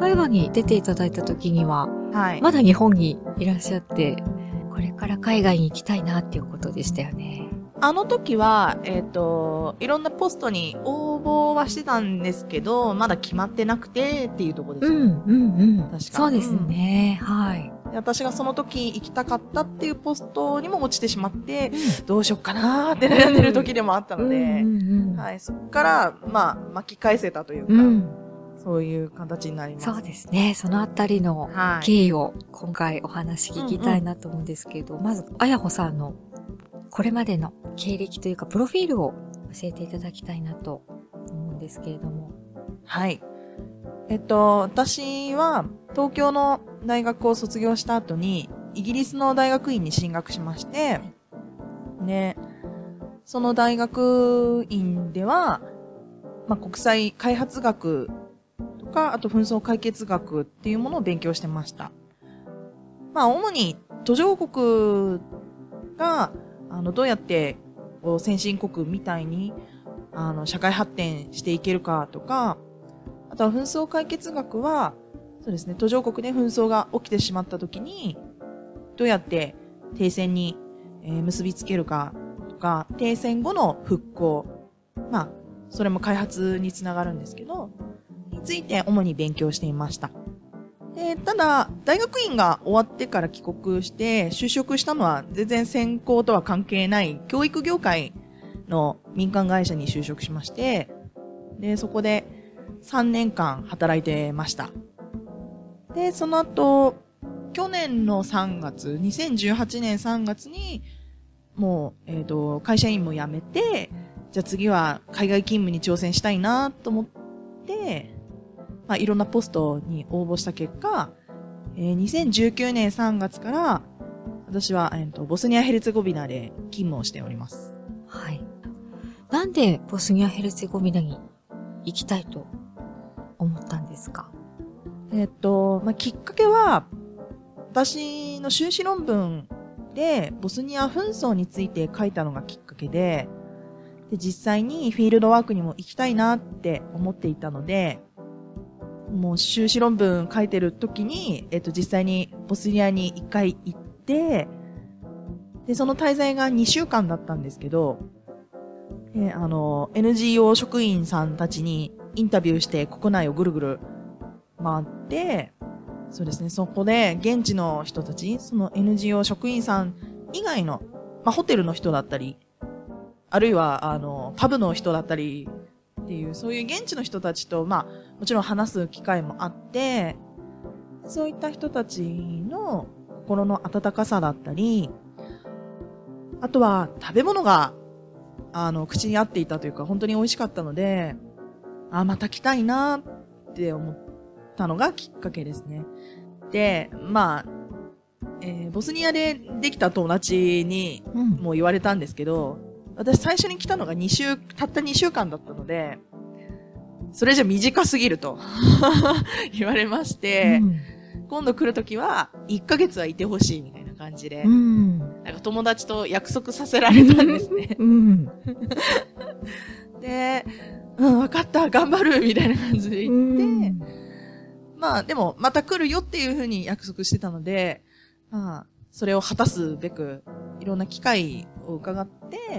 海話に出ていただいた時には、 はい。 まだ日本にいらっしゃって、これから海外に行きたいなっていうことでしたよね。 あの時は、いろんなポストに応募はしてたんですけど、まだ決まってなくてっていうところでした。確か。 そうですね。はい。 で私がその時行きたかったっていうポストにも落ちてしまって、どうしよっかなーって悩んでる時でもあったので、はい、そこから、巻き返せたというか、そういう形になります。 そうですね。そのあたりの経緯を今回お話聞きたいなと思うんですけど、まず、あやほさんのこれまでの経歴というか、プロフィールを教えていただきたいなと思うんですけれども。 はい。私は東京の大学を卒業した後に、イギリスの大学院に進学しまして、で、その大学院では、国際開発学とか、あと紛争解決学っていうものを勉強してました。主に途上国が、どうやって、先進国みたいに、社会発展していけるかとか、あとは紛争解決学は、そうですね、途上国で紛争が起きてしまった時に、どうやって停戦に、結びつけるかとか、停戦後の復興、それも開発につながるんですけど、について主に勉強していました。ただ、大学院が終わってから帰国して就職したのは全然専攻とは関係ない教育業界の民間会社に就職しまして、で、そこで3年間働いてました。で、その後、去年の3月、2018年3月に、もう、会社員も辞めて、じゃあ次は海外勤務に挑戦したいなと思って、いろんなポストに応募した結果、2019年3月から、私は、ボスニア・ヘルツェゴビナで勤務をしております。 はい。なんでボスニア・ヘルツェゴビナに行きたいと思ったんですか？ きっかけは、私の修士論文で、ボスニア紛争について書いたのがきっかけで、実際にフィールドワークにも行きたいなって思っていたので、もう修士論文書いてる時に、実際にボスニアに1回行って、で、その滞在が2週間だったんですけど、NGO 職員さんたちにインタビューして国内をぐるぐる回って、そうですね、そこで現地の人たち、その NGO 職員さん以外の、ホテルの人だったり、あるいは、パブの人だったりっていう、そういう現地の人たちと、もちろん話す機会もあって、そういった人たちの心の温かさだったり、あとは食べ物が、口に合っていたというか、本当に美味しかったので、また来たいなって思ったのがきっかけですね。で、ボスニアでできた友達にも言われたんですけど、私最初に来たのがたった2週間だったので、それじゃ短すぎると言われまして、今度来るときは1ヶ月はいてほしいみたいな感じで、なんか友達と約束させられたんですね。で、わかった、頑張るみたいな感じで言って、でもまた来るよっていうふうに約束してたので、それを果たすべく、いろんな機会を伺って、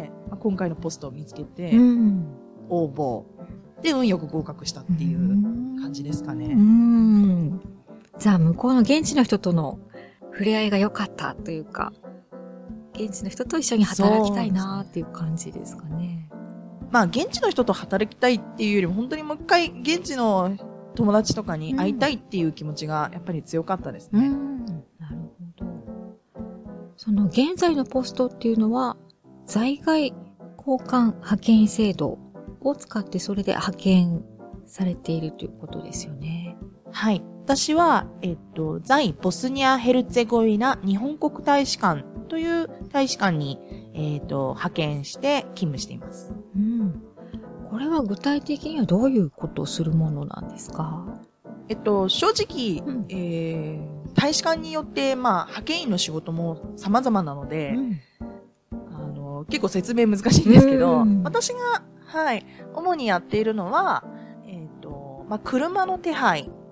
今回のポストを見つけて、応募。で、運よく合格したっていう感じですかね。 じゃあ、向こうの現地の人との触れ合いが良かったというか、現地の人と一緒に働きたいなっていう感じですかね。 現地の人と働きたいっていうよりも、本当にもう一回現地の友達とかに会いたいっていう気持ちがやっぱり強かったですね。 なるほど。その現在のポストっていうのは、在外交換派遣制度を使ってそれで派遣されているということですよね。 はい。私は、在ボスニア・ヘルツェゴビナ日本国大使館という大使館に、派遣して勤務しています。 これは具体的にはどういうことをするものなんですか？ 正直、大使館によって、派遣員の仕事も様々なので、結構説明難しいんですけど、私が、主にやっているのは、車の手配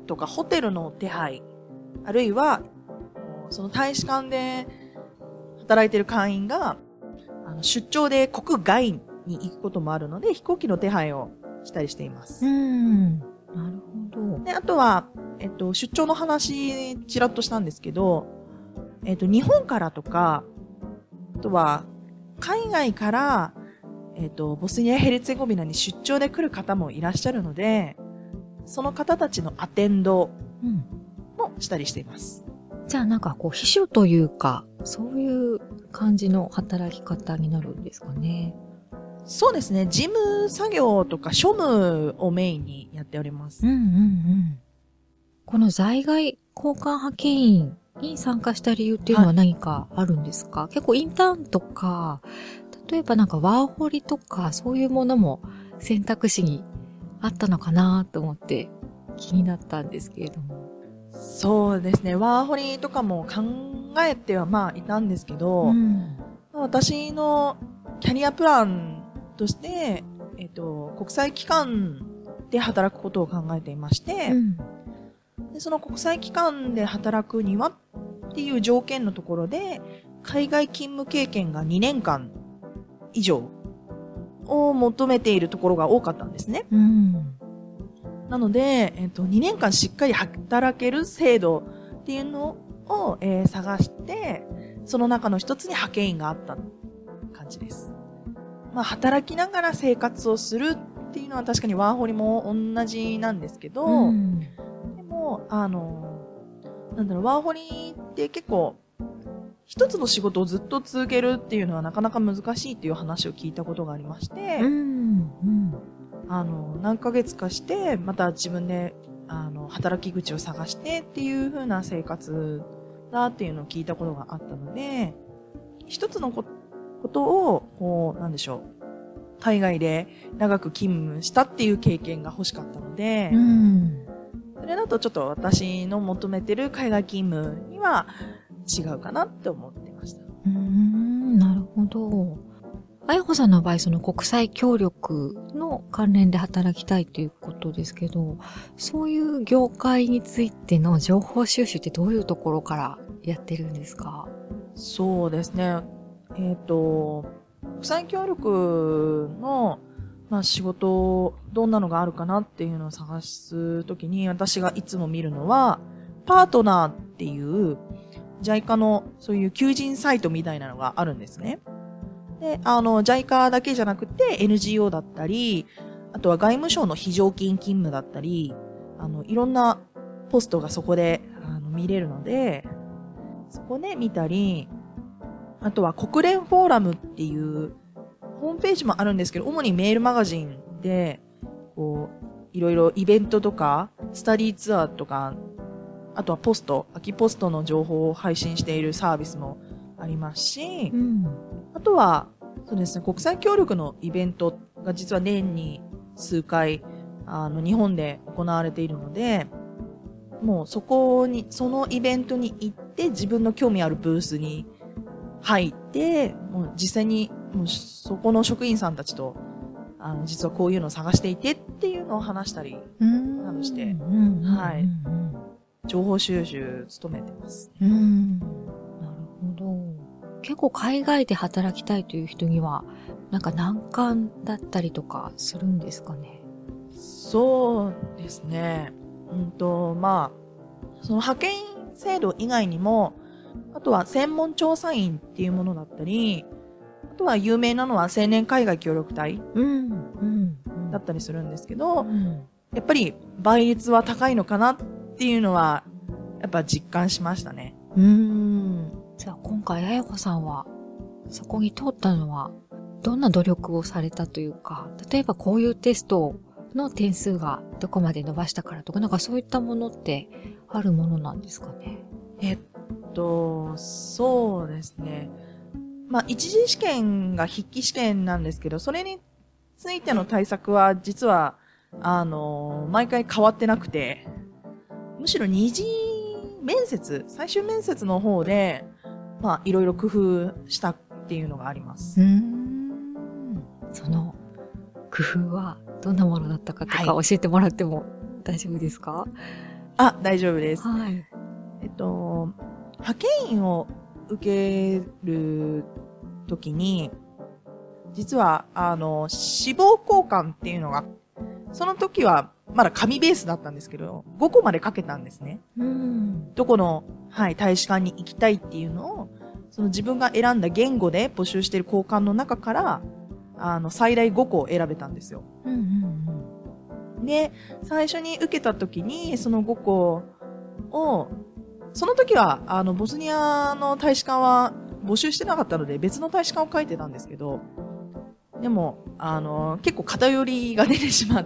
とかホテルの手配、あるいは、その大使館で働いている会員が、出張で国外に行くこともあるので、飛行機の手配をしたりしています。 なるほど。 で、あとは、出張の話、ちらっとしたんですけど、日本からとか、あとは、海外から、ボスニア・ヘルツェゴビナに出張で来る方もいらっしゃるので、その方たちのアテンドもしたりしています。 じゃあなんかこう、秘書というか、そういう感じの働き方になるんですかね。 そうですね。事務作業とか庶務をメインにやっております。 この在外交換派遣員に参加した理由っていうのは何かあるんですか？結構インターンとか、例えばなんかワーホリとかそういうものも選択肢にあったのかなと思って気になったんですけれども。 そうですね。ワーホリとかも考えてはまあいたんですけど、私のキャリアプランとして、国際機関で働くことを考えていまして、でその国際機関で働くにはっていう条件のところで、海外勤務経験が2年間以上を求めているところが多かったんですね。なので、2年間しっかり働ける制度っていうのを、探して、その中の一つに派遣員があった感じです。まあ、働きながら生活をするっていうのは確かにワーホリも同じなんですけど、でも、なんだろう、ワーホリって結構、一つの仕事をずっと続けるっていうのはなかなか難しいっていう話を聞いたことがありまして、何ヶ月かして、また自分で、働き口を探してっていう風な生活だっていうのを聞いたことがあったので、一つのことを、こう、なんでしょう。海外で長く勤務したっていう経験が欲しかったので、それだとちょっと私の求めてる海外勤務には違うかなって思ってました。 なるほど。あやほさんの場合、その国際協力の関連で働きたいということですけど、そういう業界についての情報収集ってどういうところからやってるんですか？ そうですね。国際協力の、まあ、仕事、どんなのがあるかなっていうのを探すときに、私がいつも見るのは、パートナーっていう、JICA のそういう求人サイトみたいなのがあるんですね。で、JICA だけじゃなくて NGO だったり、あとは外務省の非常勤勤務だったり、いろんなポストがそこで、見れるので、そこで見たり、あとは国連フォーラムっていうホームページもあるんですけど、主にメールマガジンで、こう、いろいろイベントとか、スタディツアーとか、あとはポスト、空きポストの情報を配信しているサービスもありますし、あとは、そうですね、国際協力のイベントが実は年に数回、日本で行われているので、もうそのイベントに行って自分の興味あるブースに入って、もう実際に、もうそこの職員さんたちと、実はこういうのを探していてっていうのを話したり、などして、はい。情報収集努めてます。 なるほど。結構海外で働きたいという人には、なんか難関だったりとかするんですかね？ そうですね。まあ、その派遣制度以外にも、あとは専門調査員っていうものだったり、あとは有名なのは青年海外協力隊だったりするんですけど、やっぱり倍率は高いのかなっていうのは、やっぱ実感しましたね。 じゃあ今回、あやこさんは、そこに通ったのは、どんな努力をされたというか、例えばこういうテストの点数がどこまで伸ばしたからとか、なんかそういったものってあるものなんですかね？ そうですね。まあ、一次試験が筆記試験なんですけど、それについての対策は実は、毎回変わってなくて、むしろ二次面接、最終面接の方で、まあ、いろいろ工夫したっていうのがあります。 その工夫はどんなものだったかとか教えてもらっても大丈夫ですか？ あ、大丈夫です。 はい。 派遣員を受けるときに、実は、志望交換っていうのが、その時はまだ紙ベースだったんですけど、5個まで書けたんですね。どこの、はい、大使館に行きたいっていうのを、その自分が選んだ言語で募集している交換の中から、最大5個選べたんですよ。で、最初に受けた時に、その5個を、その時は、ボスニアの大使館は募集してなかったので、別の大使館を書いてたんですけど、でも、結構偏りが出てしまって、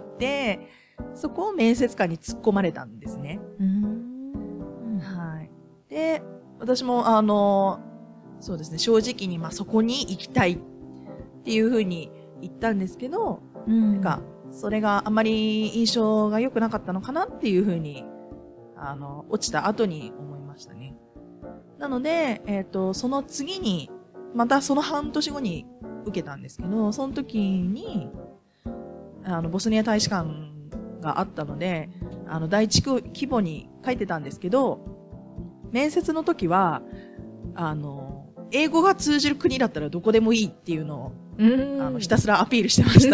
そこを面接官に突っ込まれたんですね。はい。で、私も、そうですね、正直に、そこに行きたいっていうふうに言ったんですけど、なんか、それがあまり印象が良くなかったのかなっていうふうに、落ちた後に思いましたね。なので、その次に、またその半年後に受けたんですけど、その時に、ボスニア大使館があったので、第一規模に書いてたんですけど、面接の時は、英語が通じる国だったらどこでもいいっていうのを、ひたすらアピールしてました。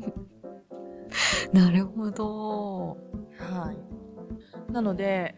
なるほど。 はい。なので、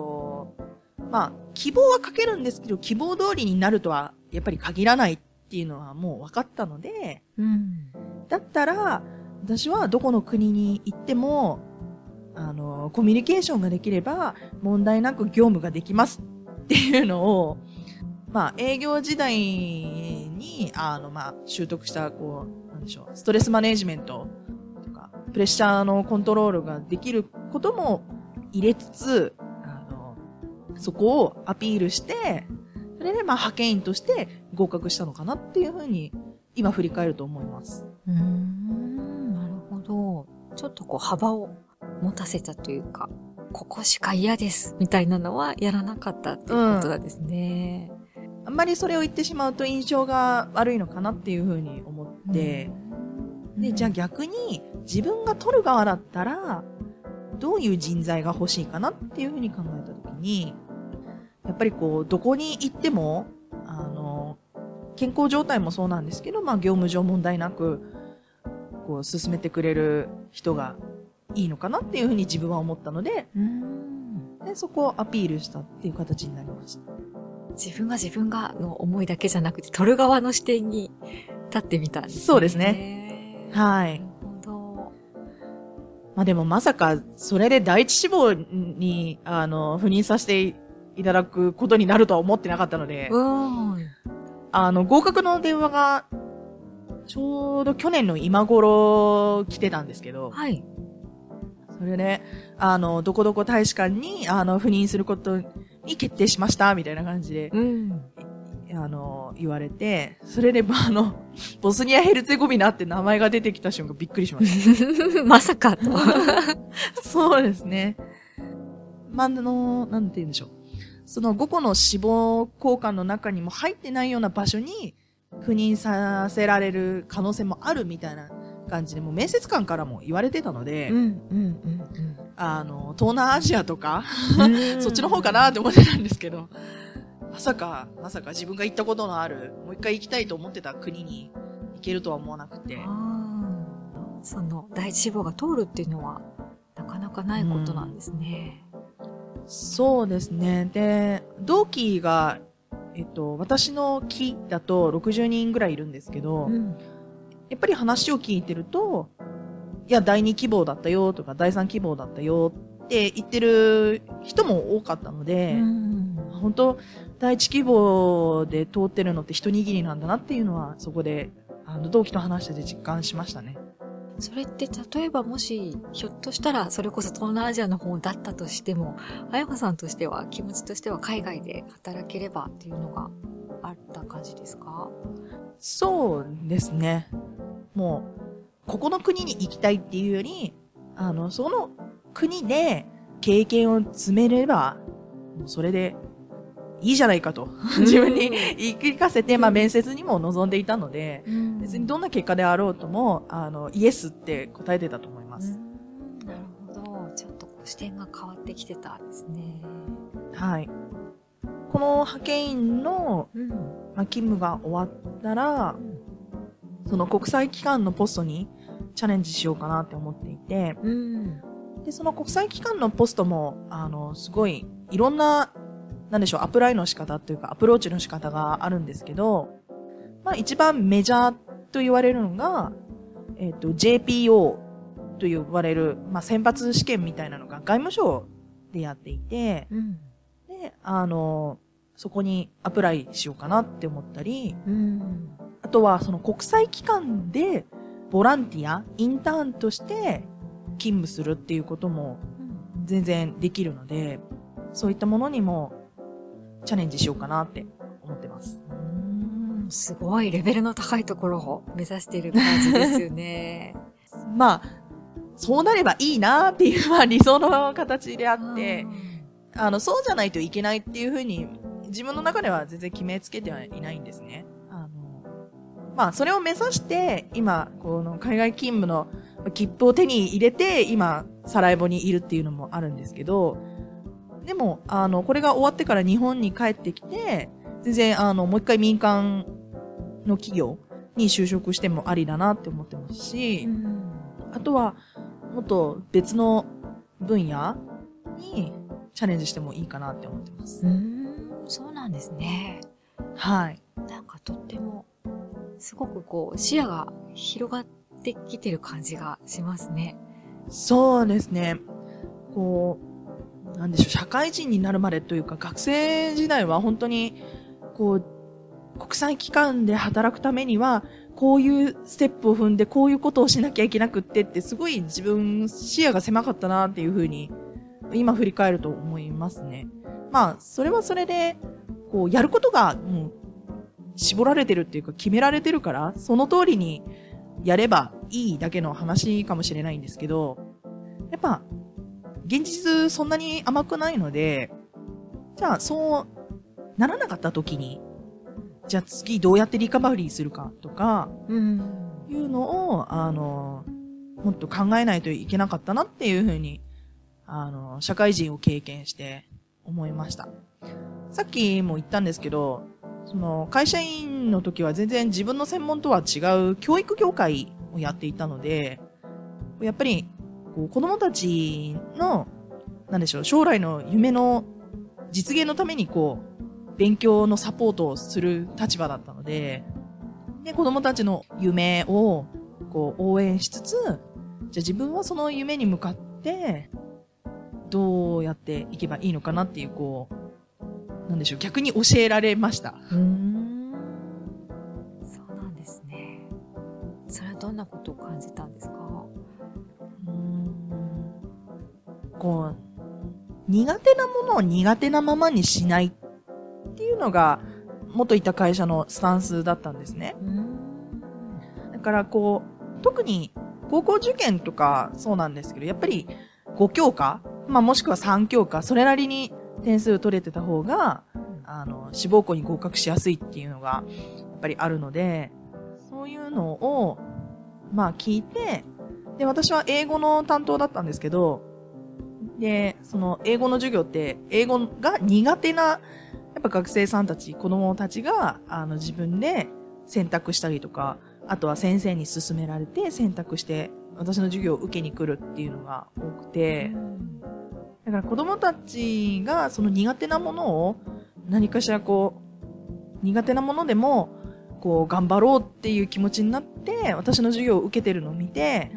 希望は書けるんですけど、希望通りになるとは、やっぱり限らないっていうのはもう分かったので、だったら、私はどこの国に行っても、コミュニケーションができれば、問題なく業務ができますっていうのを、営業時代に、習得した、なんでしょう、ストレスマネージメントとか、プレッシャーのコントロールができることも入れつつ、そこをアピールして、それで派遣員として合格したのかなっていうふうに、今振り返ると思います。 なるほど。ちょっと幅を持たせたというか、ここしか嫌ですみたいなのはやらなかったっていうことなんですね。 あんまりそれを言ってしまうと印象が悪いのかなっていうふうに思って、で、じゃあ逆に自分が取る側だったら、どういう人材が欲しいかなっていうふうに考えたときに、やっぱりどこに行っても、健康状態もそうなんですけど、業務上問題なく、進めてくれる人がいいのかなっていうふうに自分は思ったので、でそこをアピールしたっていう形になりました。 自分がの思いだけじゃなくて、取る側の視点に立ってみたんですね。 そうですね。はい。 なるほど。でもまさか、それで第一志望に、赴任させていただくことになるとは思ってなかったので、合格の電話が、ちょうど去年の今頃来てたんですけど、 はい。 それで、どこどこ大使館に、赴任することに決定しました、みたいな感じで、言われて、それで、ボスニア・ヘルツェゴビナって名前が出てきた瞬間びっくりしました。 まさかと。 そうですね。なんて言うんでしょう。その5個の志望交換の中にも入ってないような場所に赴任させられる可能性もあるみたいな感じで、もう面接官からも言われてたので、東南アジアとか、そっちの方かなって思ってたんですけど、まさか自分が行ったことのある、もう一回行きたいと思ってた国に行けるとは思わなくて。 その第一志望が通るっていうのはなかなかないことなんですね。 そうですね。で、同期が、私の期だと60人ぐらいいるんですけど、やっぱり話を聞いてると、いや、第2希望だったよとか、第3希望だったよって言ってる人も多かったので、本当第1希望で通ってるのって一握りなんだなっていうのは、そこで、同期と話してて実感しましたね。 それって例えばもしひょっとしたらそれこそ東南アジアの方だったとしても、あやこさんとしては気持ちとしては海外で働ければっていうのがあった感じですか？ そうですね。もうここの国に行きたいっていうより、その国で経験を積めればもうそれでいいじゃないかと自分に言い聞かせて、面接にも臨んでいたので、別にどんな結果であろうともイエスって答えてたと思います。 なるほど。ちょっと視点が変わってきてたんですね。 はい。この派遣員の、勤務が終わったら、その国際機関のポストにチャレンジしようかなって思っていて、で、その国際機関のポストも、すごい、いろんな、なんでしょう、アプライの仕方というか、アプローチの仕方があるんですけど、一番メジャーと言われるのが、JPO と呼ばれる、選抜試験みたいなのが外務省でやっていて、で、そこにアプライしようかなって思ったり、あとはその国際機関でボランティア、インターンとして勤務するっていうことも全然できるので、そういったものにもチャレンジしようかなって思ってます。 すごいレベルの高いところを目指している感じですよね。 そうなればいいなっていう、理想の形であって、そうじゃないといけないっていうふうに自分の中では全然決めつけてはいないんですね。それを目指して今この海外勤務の切符を手に入れて今サラエボにいるっていうのもあるんですけど、でもこれが終わってから日本に帰ってきて全然もう一回民間の企業に就職してもありだなって思ってますし、あとはもっと別の分野にチャレンジしてもいいかなって思ってます。 そうなんですね。 はい。 なんかとってもすごく視野が広がってきてる感じがしますね。 そうですね。なんでしょう、社会人になるまでというか学生時代は本当に国際機関で働くためにはこういうステップを踏んでこういうことをしなきゃいけなくってってすごい自分視野が狭かったなっていうふうに今振り返ると思いますね。それはそれでやることがもう絞られてるっていうか決められてるからその通りにやればいいだけの話かもしれないんですけど、やっぱ現実そんなに甘くないので、じゃあそうならなかった時にじゃあ次どうやってリカバリーするかとかいうのをもっと考えないといけなかったなっていうふうに社会人を経験して思いました。さっきも言ったんですけど、その会社員の時は全然自分の専門とは違う教育業界をやっていたので、やっぱり子供たちのなんでしょう、将来の夢の実現のために勉強のサポートをする立場だったので、子供たちの夢を応援しつつ、じゃあ自分はその夢に向かってどうやっていけばいいのかなっていうなんでしょう、逆に教えられました。 そうなんですね。それはどんなことを感じたんですか？ 苦手なものを苦手なままにしないっていうのが元いた会社のスタンスだったんですね。だから特に高校受験とかそうなんですけど、やっぱり5教科、もしくは3教科、それなりに点数取れてた方が、志望校に合格しやすいっていうのが、やっぱりあるので、そういうのを、聞いて、で、私は英語の担当だったんですけど、で、その英語の授業って、英語が苦手な、やっぱ学生さんたち、子供たちが、自分で選択したりとか、あとは先生に勧められて選択して、私の授業を受けに来るっていうのが多くて、だから子供たちがその苦手なものを何かしら苦手なものでも頑張ろうっていう気持ちになって私の授業を受けてるのを見て、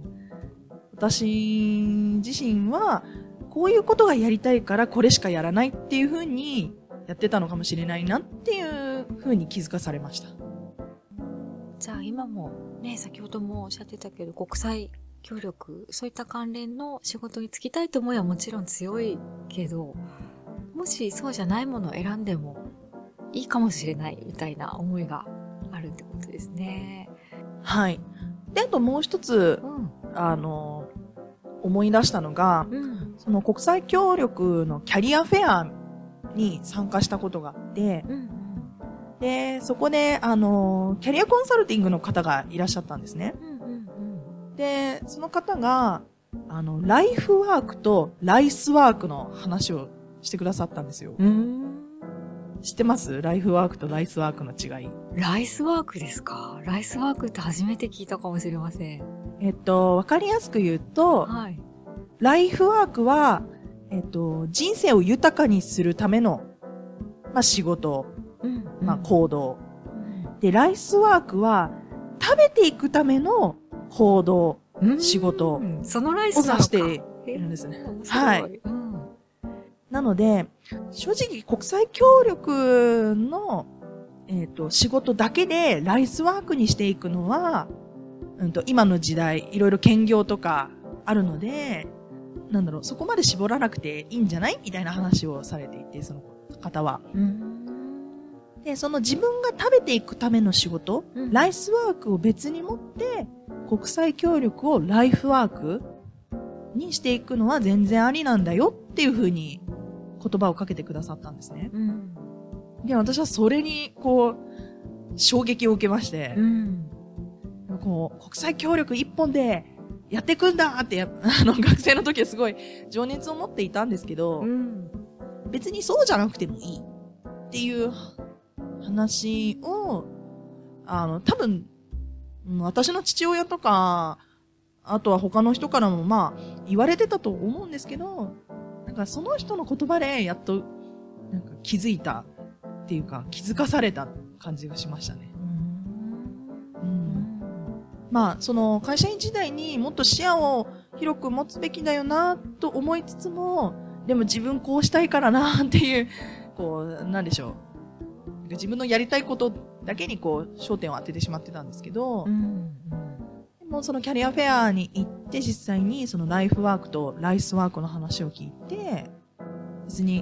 私自身はこういうことがやりたいからこれしかやらないっていう風にやってたのかもしれないなっていう風に気づかされました。 じゃあ今もね、先ほどもおっしゃってたけど国際協力、そういった関連の仕事に就きたいと思いはもちろん強いけど、もしそうじゃないものを選んでもいいかもしれないみたいな思いがあるってことですね。 はい。で、あともう一つ、思い出したのが、その国際協力のキャリアフェアに参加したことがあって、で、そこで、キャリアコンサルティングの方がいらっしゃったんですね。で、その方が、 ライフワークとライスワークの話をしてくださったんですよ。知ってます？ライフワークとライスワークの違い。 ライスワークですか？ライスワークって初めて聞いたかもしれません。 わかりやすく言うと、 はい。 ライフワークは、人生を豊かにするための、仕事、行動。で、ライスワークは、食べていくための行動、仕事をそのライスワーク指しているんですね。はい。なので、正直国際協力の、仕事だけでライスワークにしていくのは、今の時代、いろいろ兼業とかあるので、そこまで絞らなくていいんじゃないみたいな話をされていて、その方は。で、その自分が食べていくための仕事、ライスワークを別に持って、国際協力をライフワークにしていくのは全然ありなんだよっていうふうに言葉をかけてくださったんですね。で、私はそれに、衝撃を受けまして、国際協力一本でやっていくんだって学生の時はすごい情熱を持っていたんですけど、別にそうじゃなくてもいいっていう話を、多分、私の父親とか、あとは他の人からも言われてたと思うんですけど、その人の言葉でやっと気づいたっていうか気づかされた感じがしましたね。その会社員時代にもっと視野を広く持つべきだよなと思いつつも、でも自分こうしたいからなっていう、なんでしょう。自分のやりたいことだけに焦点を当ててしまってたんですけど、でもそのキャリアフェアに行って実際にそのライフワークとライスワークの話を聞いて、別に、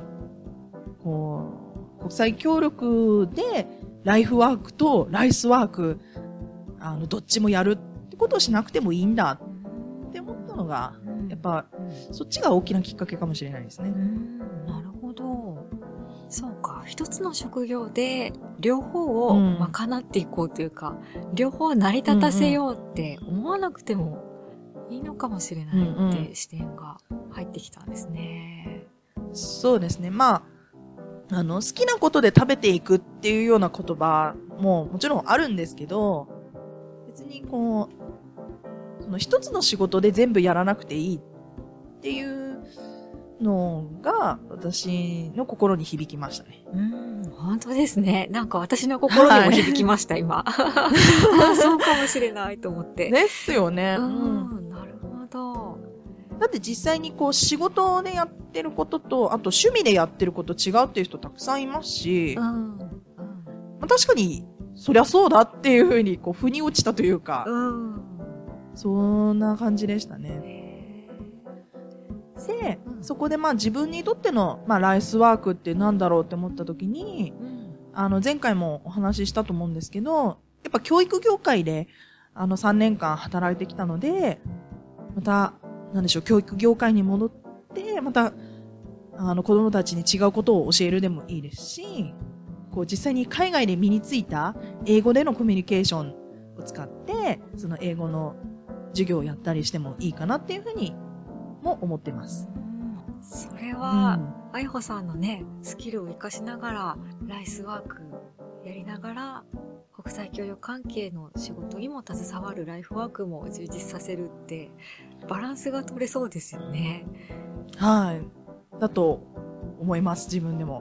国際協力でライフワークとライスワーク、どっちもやるってことをしなくてもいいんだって思ったのが、やっぱ、そっちが大きなきっかけかもしれないですね。 なるほど。そうか。一つの職業で両方を賄っていこうというか、両方を成り立たせようって思わなくてもいいのかもしれないって視点が入ってきたんですね。 そうですね。好きなことで食べていくっていうような言葉ももちろんあるんですけど、別にその一つの仕事で全部やらなくていいっていうのが私の心に響きましたね。 本当ですね。私の心にも響きました、今。そうかもしれないと思って。 ですよね。 なるほど。 だって実際に仕事でやってることと、あと趣味でやってること違うっていう人たくさんいますし、確かにそりゃそうだっていうふうに腑に落ちたというか、そんな感じでしたね。で、そこで自分にとってのライスワークってなんだろうって思った時に、前回もお話ししたと思うんですけど、やっぱ教育業界で3年間働いてきたので、また教育業界に戻って、また子供たちに違うことを教えるでもいいですし、実際に海外で身についた英語でのコミュニケーションを使って、その英語の授業をやったりしてもいいかなっていうふうにも思ってます。 それは、あやほさんのね、スキルを活かしながら、ライスワークやりながら、国際協力関係の仕事にも携わるライフワークも充実させるって、バランスが取れそうですよね。 はい。だと思います、自分でも。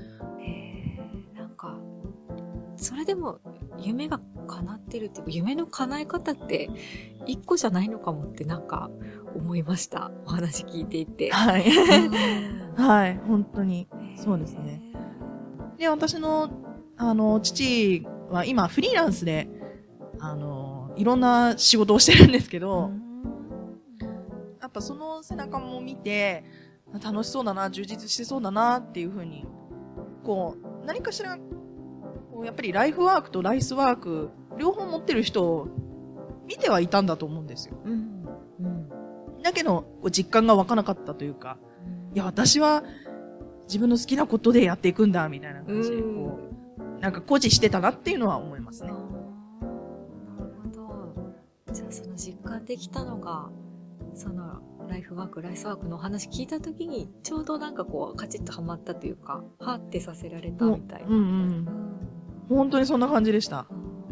それでも夢が叶ってるっていうか、夢の叶え方って一個じゃないのかもって思いました。お話聞いていて。 はい。はい、本当に。そうですね。で、私の、父は今フリーランスで、いろんな仕事をしてるんですけど、やっぱその背中も見て、楽しそうだな、充実してそうだなっていうふうに、何かしら、やっぱりライフワークとライスワーク、両方持ってる人を見てはいたんだと思うんですよ。だけど、実感が湧かなかったというか、いや、私は自分の好きなことでやっていくんだ、みたいな感じで、誇示してたなっていうのは思いますね。 なるほど。じゃあその実感できたのが、 そのライフワーク、ライスワークのお話聞いたときに、ちょうどなんかこう、カチッとハマったというか、はってさせられたみたいな。 本当にそんな感じでした。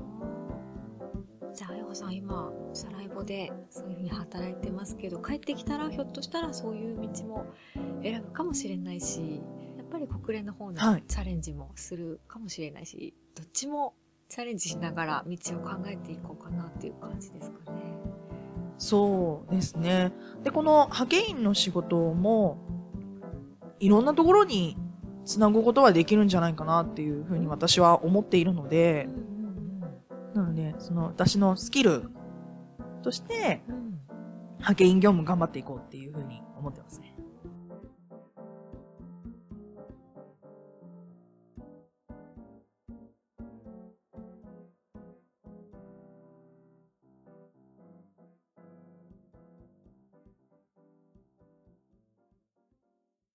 じゃあ、あやほさん今、サラエボでそういうふうに働いてますけど、帰ってきたらひょっとしたらそういう道も選ぶかもしれないし、やっぱり国連の方のチャレンジもするかもしれないし、どっちもチャレンジしながら道を考えていこうかなっていう感じですかね。 そうですね。で、この派遣員の仕事も、いろんなところにつなぐことはできるんじゃないかなっていうふうに私は思っているので、なので、その私のスキルとして、派遣員業務頑張っていこうっていうふうに思ってますね。